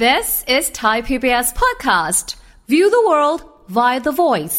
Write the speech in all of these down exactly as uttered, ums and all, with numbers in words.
This is Thai พี บี เอส podcast. View the world via the voice.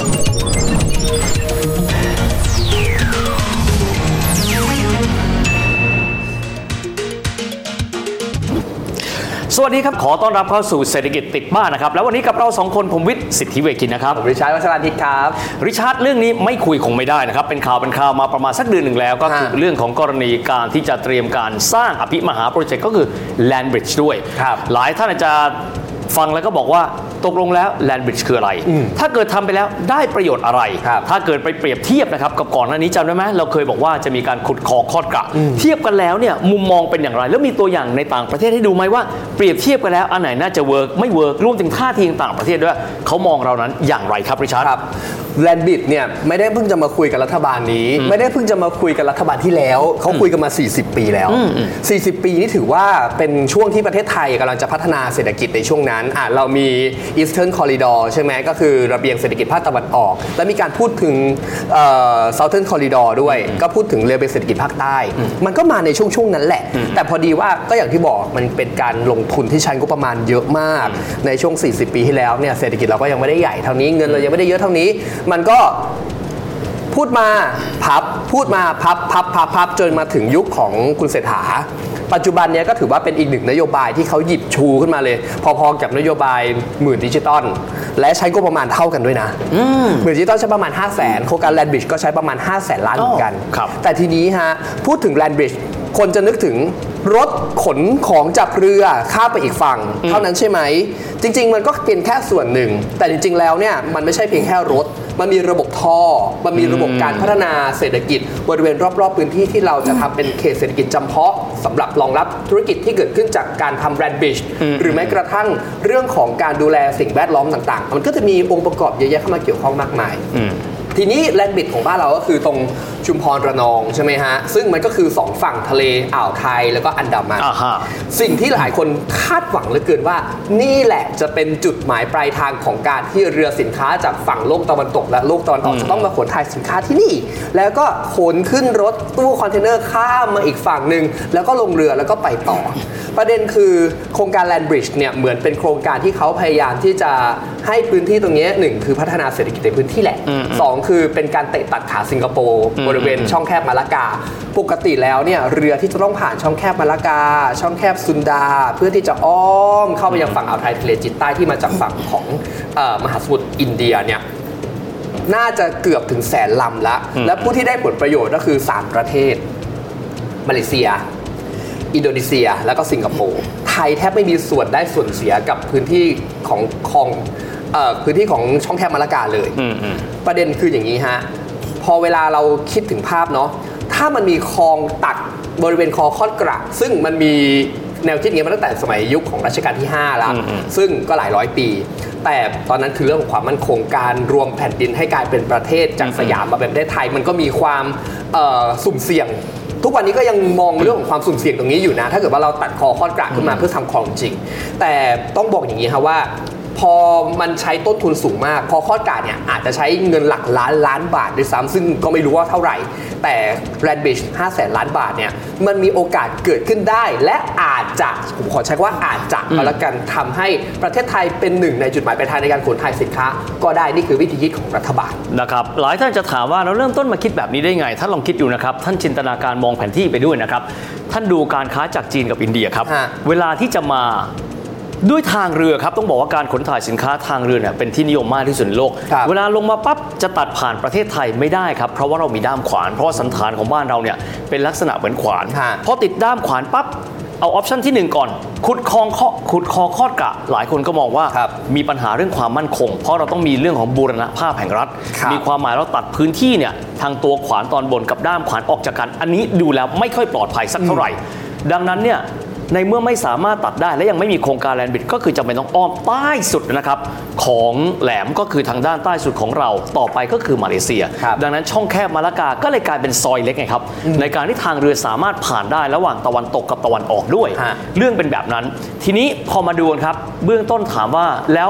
สวัสดีครับขอต้อนรับเข้าสู่เศรษฐกิจติดบ้านนะครับแล้ววันนี้กับเราสองคนผมวิทย์สิทธิเวคินนะครับผมริชาร์ดวัชราธิตครับริชาร์ดเรื่องนี้ไม่คุยคงไม่ได้นะครับเป็นข่าวเป็นข่าวมาประมาณสักเดือนหนึ่งแล้วก็คือเรื่องของกรณีการที่จะเตรียมการสร้างอภิมหาโปรเจกต์ก็คือ Land Bridge ด้วยหลายท่านอาจจะฟังแล้วก็บอกว่าตกลงแล้ว Land Bridge คืออะไรถ้าเกิดทำไปแล้วได้ประโยชน์อะไรถ้าเกิดไปเปรียบเทียบนะครับกับก่อนหน้านี้จำได้ไหมเราเคยบอกว่าจะมีการขุดคอคอดกระเทียบกันแล้วเนี่ยมุมมองเป็นอย่างไรแล้วมีตัวอย่างในต่างประเทศให้ดูไหมว่าเปรียบเทียบกันแล้วอันไหนน่าจะเวิร์กไม่เวิร์กรวมถึงท่าทีต่างประเทศด้วยเขามองเรานั้นอย่างไรครับริชาร์ดครับ Land Bridge เนี่ยไม่ได้เพิ่งจะมาคุยกับรัฐบาลนี้ไม่ได้เพิ่งจะมาคุยกับรัฐบาลที่แล้วเขาคุยกันมาสี่สิบปีแล้วสี่สิบปีนี่ถือว่าเป็นช่วงที่ประเทศไทยกำลังจะพัฒนาเศรษฐกิจในช่วงนั้นอ่ะเรามี Eastern Corridor ใช่ไหมก็คือระเบียงเศรษฐกิจภาคตะวันออกและมีการพูดถึง Southern Corridor ด้วยก็พูดถึงระเบียงเศรษฐกิจภาคใต้มันก็มาในช่วงช่วงนั้นแหละแต่พอดีว่าก็อย่างที่บอกมันเป็นการลงทุนที่ใช้งบประมาณเยอะมากในช่วงสี่สิบปีที่แล้วเนี่ยเศรษฐกิจเราก็ยังไม่ได้ใหญ่เท่านี้เงินเรายังไม่ได้เยอะเท่านี้มันก็พูดมาพับพูดมาพับพับพับพับจนมาถึงยุคของคุณเศรษฐาปัจจุบันนี้ก็ถือว่าเป็นอีกหนึ่งนโยบายที่เขาหยิบชูขึ้นมาเลยพอๆกับนโยบายหมื่นดิจิตอลและใช้งบประมาณเท่ากันด้วยนะหมื่นดิจิตอลใช้ประมาณ ห้าแสน โครงการ Land Bridge ก็ใช้ประมาณ ห้าแสน ล้านเหมือนกันแต่ทีนี้ฮะพูดถึง Land Bridge คนจะนึกถึงรถขนของจากเรือข้ามไปอีกฝั่งเท่านั้นใช่ไหมจริงๆมันก็เป็นแค่ส่วนหนึ่งแต่จริงๆแล้วเนี่ยมันไม่ใช่เพียงแค่รถมันมีระบบท่อมันมีระบบการพัฒนาเศรษฐกิจบริเวณรอบๆพื้นที่ที่เราจะทำเป็นเขตเศรษฐกิจจำเพาะสำหรับรองรับธุรกิจที่เกิดขึ้นจากการทำ Land Bridge หรือแม้กระทั่งเรื่องของการดูแลสิ่งแวดล้อมต่างๆมันก็จะมีองค์ประกอบเยอะแยะเข้ามาเกี่ยวข้องมากมายทีนี้ Land Bridge ของบ้านเราก็คือตรงชุมพรระนองใช่ไหมฮะซึ่งมันก็คือสองฝั่งทะเลอ่าวไทยแล้วก็อันดามันสิ่งที่หลายคนคาดหวังเหลือเกินว่านี่แหละจะเป็นจุดหมายปลายทางของการที่เรือสินค้าจากฝั่งโลกตะวันตกและโลกตะวันออกจะต้องมาขนถ่ายสินค้าที่นี่แล้วก็ขนขึ้นรถตู้คอนเทนเนอร์ข้ามมาอีกฝั่งหนึ่งแล้วก็ลงเรือแล้วก็ไปต่อประเด็นคือโครงการ Land Bridge เนี่ยเหมือนเป็นโครงการที่เขาพยายามที่จะให้พื้นที่ตรงนี้หนึ่งคือพัฒนาเศรษฐกิจในพื้นที่แหละสองคือเป็นการเตะตัดขาสิงคโปร์บริเวณช่องแคบมาลากาปกติแล้วเนี่ยเรือที่จะต้องผ่านช่องแคบมาลากาช่องแคบซุนดาเพื่อที่จะอ้อมเข้าไปยังฝั่งอ่าวไทยทะเลจีนใต้ที่มาจากฝั่งของเอ่อมหาสมุทรอินเดียเนี่ยน่าจะเกือบถึงแสนลำแล้วและผู้ที่ได้ผลประโยชน์ก็คือสามประเทศมาเลเซียอินโดนีเซียแล้วก็สิงคโปร์ไทยแทบไม่มีส่วนได้ส่วนเสียกับพื้นที่ของของเอ่อพื้นที่ของช่องแคบมาลากาเลยประเด็นคืออย่างนี้ฮะพอเวลาเราคิดถึงภาพเนาะถ้ามันมีคลองตัดบริเวณคอคอดกระซึ่งมันมีแนวคิดอย่างนี้มาตั้งแต่สมัยยุคของรัชกาลที่ห้าแล้วซึ่งก็หลายร้อยปีแต่ตอนนั้นคือเรื่องของความมั่นคงการรวมแผ่นดินให้กลายเป็นประเทศจากสยามมาเป็นประเทศไทยมันก็มีความสุ่มเสี่ยงทุกวันนี้ก็ยังมองเรื่องของความสุ่มเสี่ยงตรงนี้อยู่นะถ้าเกิดว่าเราตัดคอคอดกระขึ้นมาเพื่อทำคลองจริงแต่ต้องบอกอย่างนี้ครับว่าพอมันใช้ต้นทุนสูงมากพอคอดกระเนี่ยอาจจะใช้เงินหลักล้านล้านบาทด้วยซ้ำซึ่งก็ไม่รู้ว่าเท่าไหร่แต่ Land Bridge ห้าแสนล้านบาทเนี่ยมันมีโอกาสเกิดขึ้นได้และอาจจะผมขอใช้ว่าอาจจะก็แล้วกันทำให้ประเทศไทยเป็นหนึ่งในจุดหมายปลายทางในการขนถ่ายสินค้าก็ได้นี่คือวิธีคิดของรัฐบาลนะครับหลายท่านจะถามว่าเราเริ่มต้นมาคิดแบบนี้ได้ไงท่านลองคิดดูนะครับท่านจินตนาการมองแผนที่ไปด้วยนะครับท่านดูการค้าจากจีนกับอินเดียครับเวลาที่จะมาด้วยทางเรือครับต้องบอกว่าการขนถ่ายสินค้าทางเรือเนี่ยเป็นที่นิยมมากที่สุดในโลกเวลาลงมาปั๊บจะตัดผ่านประเทศไทยไม่ได้ครับเพราะว่าเรามีด้ามขวานเพราะว่าสันฐานของบ้านเราเนี่ยเป็นลักษณะเหมือนขวานพอติดด้ามขวานปั๊บเอาออปชั่นที่หนึ่งก่อนขุดคลองขุดคอคอดกระหลายคนก็มองว่ามีปัญหาเรื่องความมั่นคงเพราะเราต้องมีเรื่องของบูรณภาพแห่งรัฐมีความหมายเราตัดพื้นที่เนี่ยทางตัวขวานตอนบนกับด้ามขวานออกจากกันอันนี้ดูแล้วไม่ค่อยปลอดภัยสักเท่าไหร่ดังนั้นเนี่ยในเมื่อไม่สามารถตัดได้และยังไม่มีโครงการ Land Bridge ก็คือจำเป็นต้องอ้อมใต้สุดนะครับของแหลมก็คือทางด้านใต้สุดของเราต่อไปก็คือมาเลเซียดังนั้นช่องแคบมาลากาก็เลยกลายเป็นซอยเล็กไงครับในการที่ทางเรือสามารถผ่านได้ระหว่างตะวันตกกับตะวันออกด้วยเรื่องเป็นแบบนั้นทีนี้พอมาดูกันครับเบื้องต้นถามว่าแล้ว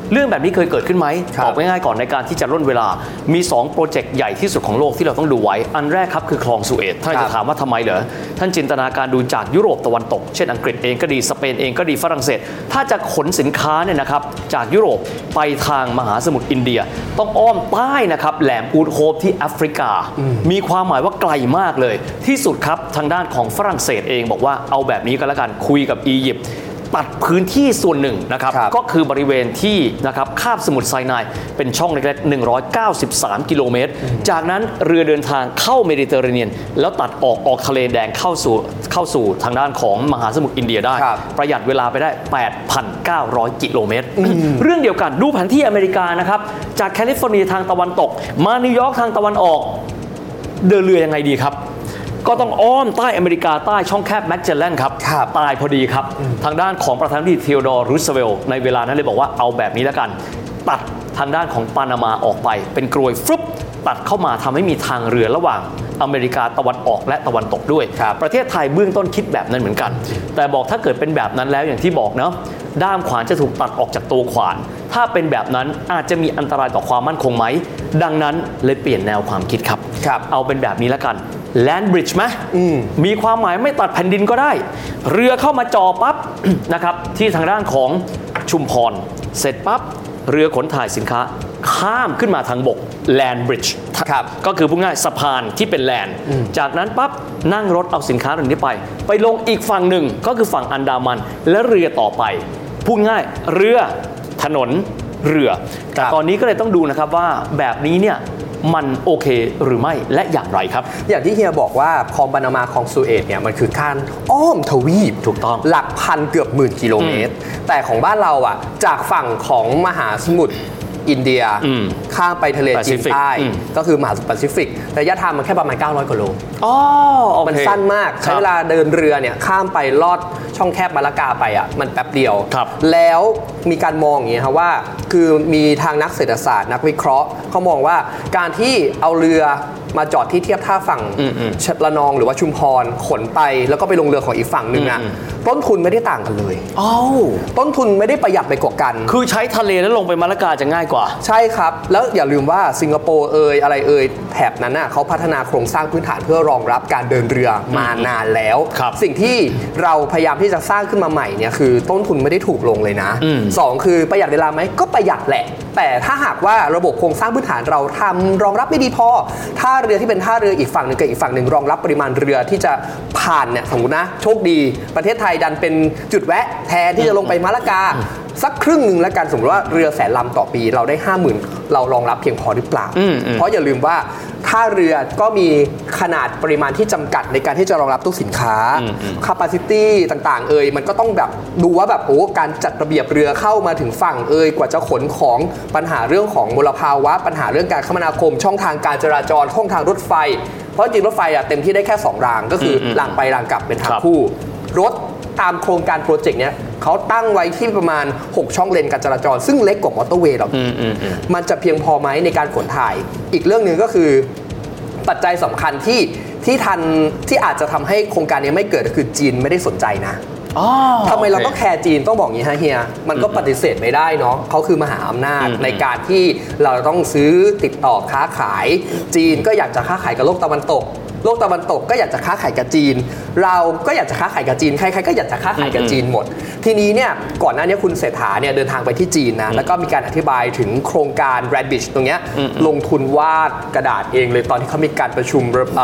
เรื่องแบบนี้เคยเกิดขึ้นไหมตอบง่ายๆก่อนในการที่จะล่นเวลามีสองโปรเจกต์ใหญ่ที่สุดของโลกที่เราต้องดูไว้อันแรกครับคือคลองสุเอซท่านจะถามว่าทำไมเหรอท่านจินตนาการดูจากยุโรปตะวันตกเช่นอังกฤษเองก็ดีสเปนเองก็ดีฝรั่งเศสถ้าจะขนสินค้าเนี่ยนะครับจากยุโรปไปทางมหาสมุทรอินเดียต้องอ้อมใต้นะครับแหลมอูดโฮปที่แอฟริกามีความหมายว่าไกลมากเลยที่สุดครับทางด้านของฝรั่งเศสเองบอกว่าเอาแบบนี้ก็แล้วกันคุยกับอียิปต์ตัดพื้นที่ส่วนหนึ่งนะครับก็คือบริเวณที่นะครับคาบสมุทรไซนายเป็นช่องเล็กๆหนึ่งร้อยเก้าสิบสามกิโลเมตรจากนั้นเรือเดินทางเข้าเมดิเตอร์เรเนียนแล้วตัดออกออกทะเลแดงเข้าสู่เข้าสู่ทางด้านของมหาสมุทรอินเดียได้ประหยัดเวลาไปได้ แปดพันเก้าร้อย กิโลเมตรเรื่องเดียวกันดูแผนที่อเมริกานะครับจากแคลิฟอร์เนียทางตะวันตกมานิวยอร์กทางตะวันออกเดินเรือยังไงดีครับก็ต้องอ้อมใต้อเมริกาใต้ช่องแคบแมกเจลแลนครับตายพอดีครับทางด้านของประธานาธิบดีเทโอดอร์ รูสเวลต์ในเวลานั้นเลยบอกว่าเอาแบบนี้แล้วกันตัดทางด้านของปานามาออกไปเป็นกรวยฟลุปตัดเข้ามาทำให้มีทางเรือระหว่างอเมริกาตะวันออกและตะวันตกด้วยประเทศไทยเบื้องต้นคิดแบบนั้นเหมือนกันแต่บอกถ้าเกิดเป็นแบบนั้นแล้วอย่างที่บอกเนาะด้ามขวานจะถูกตัดออกจากตัวขวานถ้าเป็นแบบนั้นอาจจะมีอันตรายต่อความมั่นคงไหมดังนั้นเลยเปลี่ยนแนวความคิดครับเอาเป็นแบบนี้แล้วกันแลนด์บริดจ์ไหมมีความหมายไม่ตัดแผ่นดินก็ได้เรือเข้ามาจ่อปั๊บ นะครับที่ทางด้านของชุมพรเสร็จปั๊บเรือขนถ่ายสินค้าข้ามขึ้นมาทางบกแลนด์บริดจ์ก็คือพูดง่ายสะพานที่เป็นแลนด์จากนั้นปั๊บนั่งรถเอาสินค้าตรงนี้ไปไปลงอีกฝั่งหนึ่งก็คือฝั่งอันดามันและเรือต่อไปพูดง่ายเรือถนนเรือแต่ตอนนี้ก็เลยต้องดูนะครับว่าแบบนี้เนี่ยมันโอเคหรือไม่และอย่างไรครับอย่างที่เฮียบอกว่าคลองปานามาคลองสุเอซเนี่ยมันคือการอ้อมทวีปถูกต้องหลักพันเกือบหมื่นกิโลเมตรแต่ของบ้านเราอ่ะจากฝั่งของมหาสมุทรอินเดียข้ามไปทะเลจีนใต้ก็คือมหาสมุทรแปซิฟิกระยะทางมันแค่ประมาณเก้าร้อยกิโลอ๋อมันสั้นมากใช้เวลาเดินเรือเนี่ยข้ามไปลอดช่องแคบมาลากาไปอ่ะมันแป๊บเดียวแล้วมีการมองอย่างนี้ครับว่าคือมีทางนักเศรษฐศาสตร์นักวิเคราะห์เขามองว่าการที่เอาเรือมาจอดที่เทียบท่าฝั่งระนองหรือว่าชุมพรขนไปแล้วก็ไปลงเรือของอีกฝั่งหนึ่งอ่ะต้นทุนไม่ได้ต่างกันเลยอ้าวต้นทุนไม่ได้ประหยัดไปกว่ากันคือใช้ทะเลแล้วลงไปมาลากาจะง่ายกว่าใช่ครับแล้วอย่าลืมว่าสิงคโปร์เอยอะไรเอยแถบนั้นน่ะเขาพัฒนาโครงสร้างพื้นฐานเพื่อรองรับการเดินเรือมานานแล้วสิ่งที่เราพยายามที่จะสร้างขึ้นมาใหม่เนี่ยคือต้นทุนไม่ได้ถูกลงเลยนะสองคือประหยัดเวลาไหมก็ประหยัดแหละแต่ถ้าหากว่าระบบโครงสร้างพื้นฐานเราทำรองรับไม่ดีพอท่าเรือที่เป็นท่าเรืออีกฝั่งหนึ่งกับอีกฝั่งหนึ่งรองรับปริมาณเรือที่จะผ่านเนี่ยสมมตินะโชคดีประเทศไทยดันเป็นจุดแวะแทนที่จะลงไปมาลากาสักครึ่งหนึ่งแล้วกันสมมติว่าเรือแสนลำต่อปีเราได้ ห้าหมื่น เรารองรับเพียงพอหรือเปล่าเพราะอย่าลืมว่าท่าเรือก็มีขนาดปริมาณที่จำกัดในการที่จะรองรับตู้สินค้า capacity ต่างๆเอ่ยมันก็ต้องแบบดูว่าแบบโอ้การจัดระเบียบเรือเข้ามาถึงฝั่งเอ่ยกว่าจะขนของปัญหาเรื่องของมลภาวะปัญหาเรื่องการคมนาคมช่องทางการจราจรช่องทางรถไฟเพราะจริงรถไฟอะเต็มที่ได้แค่สองรางก็คือรางไปรางกลับเป็นทางคู่รถตามโครงการโปรเจกต์เนี้ยเขาตั้งไว้ที่ประมาณหกช่องเลนการจราจรซึ่งเล็กกว่ามอเตอร์เวย์หรอกมันจะเพียงพอไหมในการขนถ่ายอีกเรื่องนึงก็คือปัจจัยสำคัญที่ที่ทันที่อาจจะทำให้โครงการนี้ไม่เกิดก็คือจีนไม่ได้สนใจนะทำไมเราต้องแคร์จีนต้องบอกอย่างนี้ฮะเฮียมันก็ปฏิเสธไม่ได้เนาะเขาคือมหาอำนาจในการที่เราต้องซื้อติดต่อค้าขายจีนก็อยากจะค้าขายกับโลกตะวันตกโลกตะวันตกก็อยากจะค้าขายกับจีนเราก็อยากจะค้าขายกับจีนใครๆก็อยากจะค้าขายกับจีนหมดทีนี้เนี่ยก่อนหน้านี้คุณเศรษฐาเนี่ยเดินทางไปที่จีนนะแล้วก็มีการอธิบายถึงโครงการ Red Bridge ตรงเนี้ยลงทุนวาดกระดาษเองเลยตอนที่เขามีการประชุม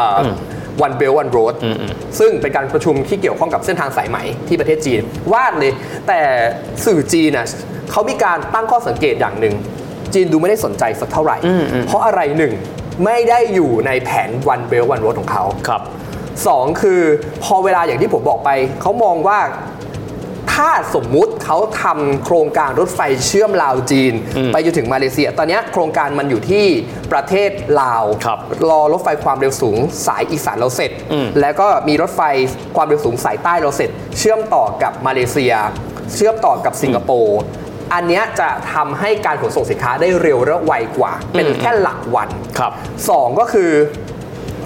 One Belt One Road ซึ่งเป็นการประชุมที่เกี่ยวข้องกับเส้นทางสายไหมที่ประเทศจีนวาดเลยแต่สื่อจีนน่ะเขามีการตั้งข้อสังเกตอย่างหนึ่งจีนดูไม่ได้สนใจสักเท่าไหร่เพราะอะไรหนึ่งไม่ได้อยู่ในแผน One Belt One Road ของเขาครับสองคือพอเวลาอย่างที่ผมบอกไปเขามองว่าถ้าสมมุติเขาทำโครงการรถไฟเชื่อมลาวจีนไปจนถึงมาเลเซียตอนนี้โครงการมันอยู่ที่ประเทศลาวรอรถไฟความเร็วสูงสายอีสานเราเสร็จแล้วก็มีรถไฟความเร็วสูงสายใต้เราเสร็จเชื่อมต่อกับมาเลเซียเชื่อมต่อกับสิงคโปร์อันนี้จะทำให้การขนส่งสินค้าได้เร็วและไวกว่าเป็นแค่หลักวันสองก็คือ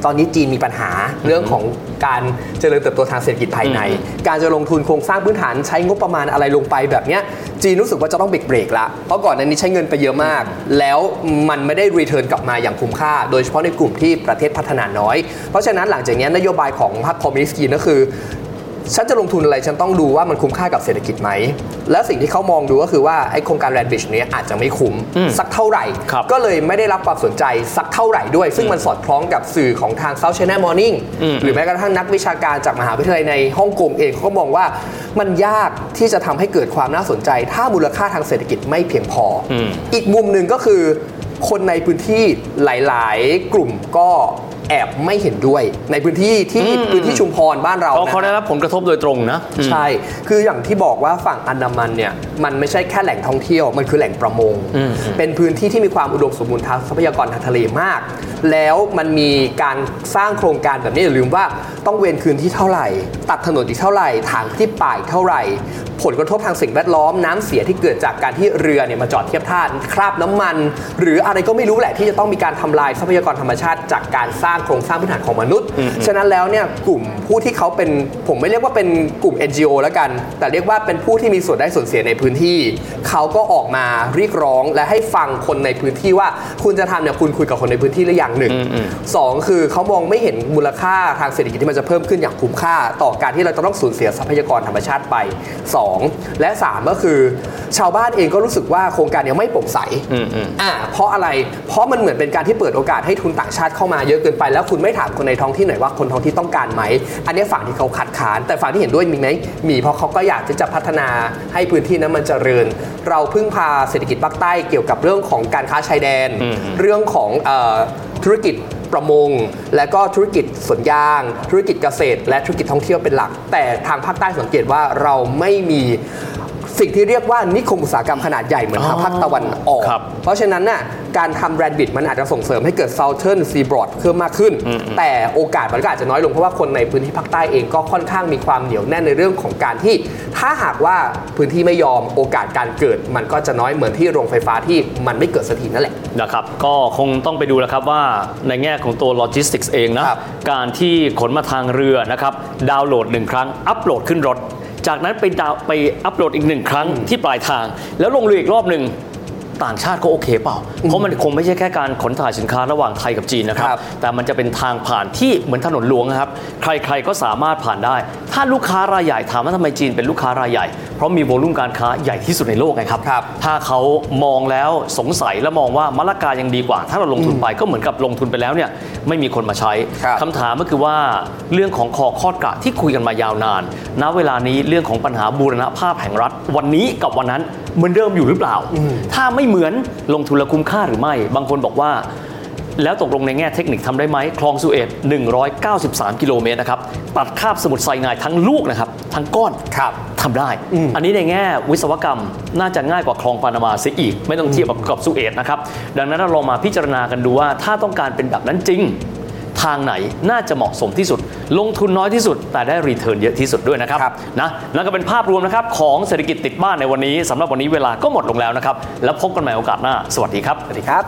ตอนนี้จีนมีปัญหาเรื่องของการเจริญเติบโตทางเศรษฐกิจภายในการจะลงทุนโครงสร้างพื้นฐานใช้งบประมาณอะไรลงไปแบบเนี้ยจีนรู้สึกว่าจะต้องเบรกเบรกละเพราะก่อนหน้านี้ใช้เงินไปเยอะมากแล้วมันไม่ได้รีเทิร์นกลับมาอย่างคุ้มค่าโดยเฉพาะในกลุ่มที่ประเทศพัฒนาน้อยเพราะฉะนั้นหลังจากนี้นโยบายของพรรคคอมมิวนิสต์จีนก็คือฉันจะลงทุนอะไรฉันต้องดูว่ามันคุ้มค่ากับเศรษฐกิจไหมและสิ่งที่เขามองดูก็คือว่าไอ้โครงการ Land Bridge นี้อาจจะไม่คุ้มสักเท่าไหร่ก็เลยไม่ได้รับความสนใจสักเท่าไหร่ด้วยซึ่งมันสอดคล้องกับสื่อของทาง South China Morning หรือแม้กระทั่งนักวิชาการจากมหาวิทยาลัยในฮ่องกงเองเขาก็มองว่ามันยากที่จะทำให้เกิดความน่าสนใจถ้ามูลค่าทางเศรษฐกิจไม่เพียงพออีกมุมหนึ่งก็คือคนในพื้นที่หลายๆกลุ่มก็แอบไม่เห็นด้วยในพื้นที่ที่พื้นที่ชุมพรบ้านเรานะเขาได้รับผลกระทบโดยตรงนะใช่คืออย่างที่บอกว่าฝั่งอันดามันเนี่ยมันไม่ใช่แค่แหล่งท่องเที่ยวมันคือแหล่งประมงเป็นพื้นที่ที่มีความอุดมสมบูรณ์ทางทรัพยากรทางทะเลมากแล้วมันมีการสร้างโครงการแบบนี้อย่าลืมว่าต้องเวรคืนที่เท่าไหร่ตัดถนนอีกเท่าไหร่ถางที่ป่าเท่าไหร่ผลกระทบทางสิ่งแวดล้อมน้ำเสียที่เกิดจากการที่เรือเนี่ยมาจอดเทียบท่าคราบน้ำมันหรืออะไรก็ไม่รู้แหละที่จะต้องมีการทำลายทรัพยากรธรรมชาติจากการสร้างโครงสร้างพื้นฐานของมนุษย์ฉะนั้นแล้วเนี่ยกลุ่มผู้ที่เขาเป็นผมไม่เรียกว่าเป็นกลุ่ม เอ็น จี โอ แล้วกันแต่เรียกว่าเป็นผู้ที่มีส่วนได้ส่วนเสียในพื้นที่เขาก็ออกมาเรียกร้องและให้ฟังคนในพื้นที่ว่าคุณจะทำเนี่ยคุณคุยกับคนในพื้นที่หรือยังหนึ่งสองคือเขามองไม่เห็นมูลค่าทางเศรษฐกิจที่มันจะเพิ่มขึ้นอย่างคุ้มค่าต่อการที่เราจะต้องสูญเสียทรัพยากรธรรมชาติไปสองและสามก็คือชาวบ้านเองก็รู้สึกว่าโครงการนี้ไม่โปร่งใสอ่าเพราะอะไรเพราะมันเหมือนเป็นการที่เปิดโอกาสให้ทุนต่างชาติเข้ามาเยอะเกินไปแล้วคุณไม่ถามคนในท้องที่หน่อยว่าคนท้องที่ต้องการไหมอันนี้ฝั่งที่เขาขัดขานแต่ฝั่งที่เห็นด้วยมีไหมมีเพราะเขาก็อยากที่จะพัฒนาให้พื้นที่นั้นมันเจริญเราพึ่งพาเศรษฐกิจภาคใต้เกี่ยวกับเรื่องของการค้าชายแดนเรื่องของเอ่อธุรกิจประมงและก็ธุรกิจสวนยางธุรกิจเกษตรและธุรกิจท่องเที่ยวเป็นหลักแต่ทางภาคใต้สังเกตว่าเราไม่มีสิ่งที่เรียกว่านิคมอุตสาหกรรมขนาดใหญ่เหมือนทางภาคตะวันออกเพราะฉะนั้นน่ะการทำแบรนด์บิดมันอาจจะส่งเสริมให้เกิด Southern Seaboard เพิ่มมากขึ้นแต่โอกาสมันก็อาจจะน้อยลงเพราะว่าคนในพื้นที่ภาคใต้เองก็ค่อนข้างมีความเหนียวแน่นในเรื่องของการที่ถ้าหากว่าพื้นที่ไม่ยอมโอกาสการเกิดมันก็จะน้อยเหมือนที่โรงไฟฟ้าที่มันไม่เกิดสักทีนั่นแหละนะครับก็คงต้องไปดูแล้วครับว่าในแง่ของตัวโลจิสติกส์เองนะการที่ขนมาทางเรือนะครับดาวน์โหลดหนึ่งครั้งอัปโหลดขึ้นรถจากนั้นไปดาวไปอัปโหลดอีกหนึ่งครั้งที่ปลายทางแล้วลงเรืออีกรอบหนึ่งต่างชาติก็โอเคเปล่าเพราะมันคงไม่ใช่แค่การขนถ่ายสินค้าระหว่างไทยกับจีนนะครับแต่มันจะเป็นทางผ่านที่เหมือนถนนหลวงครับใครๆก็สามารถผ่านได้ถ้าลูกค้ารายใหญ่ถามว่าทำไมจีนเป็นลูกค้ารายใหญ่เพราะมีโวลุ่มการค้าใหญ่ที่สุดในโลกไงครับถ้าเขามองแล้วสงสัยและมองว่ามะละกายังดีกว่าถ้าเราลงทุนไปก็เหมือนกับลงทุนไปแล้วเนี่ยไม่มีคนมาใช้คำถามก็คือว่าเรื่องของคอคอดกะที่คุยกันมายาวนานณเวลานี้เรื่องของปัญหาบูรณภาพแห่งรัฐวันนี้กับวันนั้นเหมือนเดิมอยู่หรือเปล่าถ้าไม่เหมือนลงทุนและคุ้มค่าหรือไม่บางคนบอกว่าแล้วตกลงในแง่เทคนิคทำได้ไหมคลองสุเอตหนึ่งร้อยเก้าสิบสามกิโลเมตรนะครับตัดคาบสมุทรไซนายทั้งลูกนะครับทั้งก้อนทำได้ออันนี้ในแง่วิศวกรรมน่าจะง่ายกว่าคลองปานามาเสียอีกไม่ต้องเทียบกับสุเอตนะครับดังนั้นเราลองมาพิจารณากันดูว่าถ้าต้องการเป็นแบบนั้นจริงทางไหนน่าจะเหมาะสมที่สุดลงทุนน้อยที่สุดแต่ได้รีเทิร์นเยอะที่สุดด้วยนะครับนะนั่นก็เป็นภาพรวมนะครับของเศรษฐกิจติดบ้านในวันนี้สำหรับวันนี้เวลาก็หมดลงแล้วนะครับแล้วพบกันใหม่โอกาสหน้าสวัสดีครับสวัสดีครับ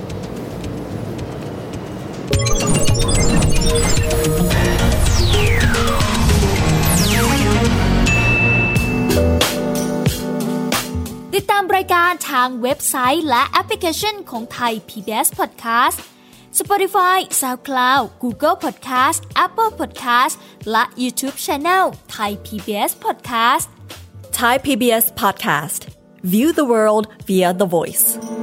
ติดตามรายการทางเว็บไซต์และแอปพลิเคชันของไทย พี บี เอส Podcast Spotify, SoundCloud, Google Podcast, Apple Podcast และ YouTube Channel Thai พี บี เอส Podcast Thai พี บี เอส Podcast View the world via the voice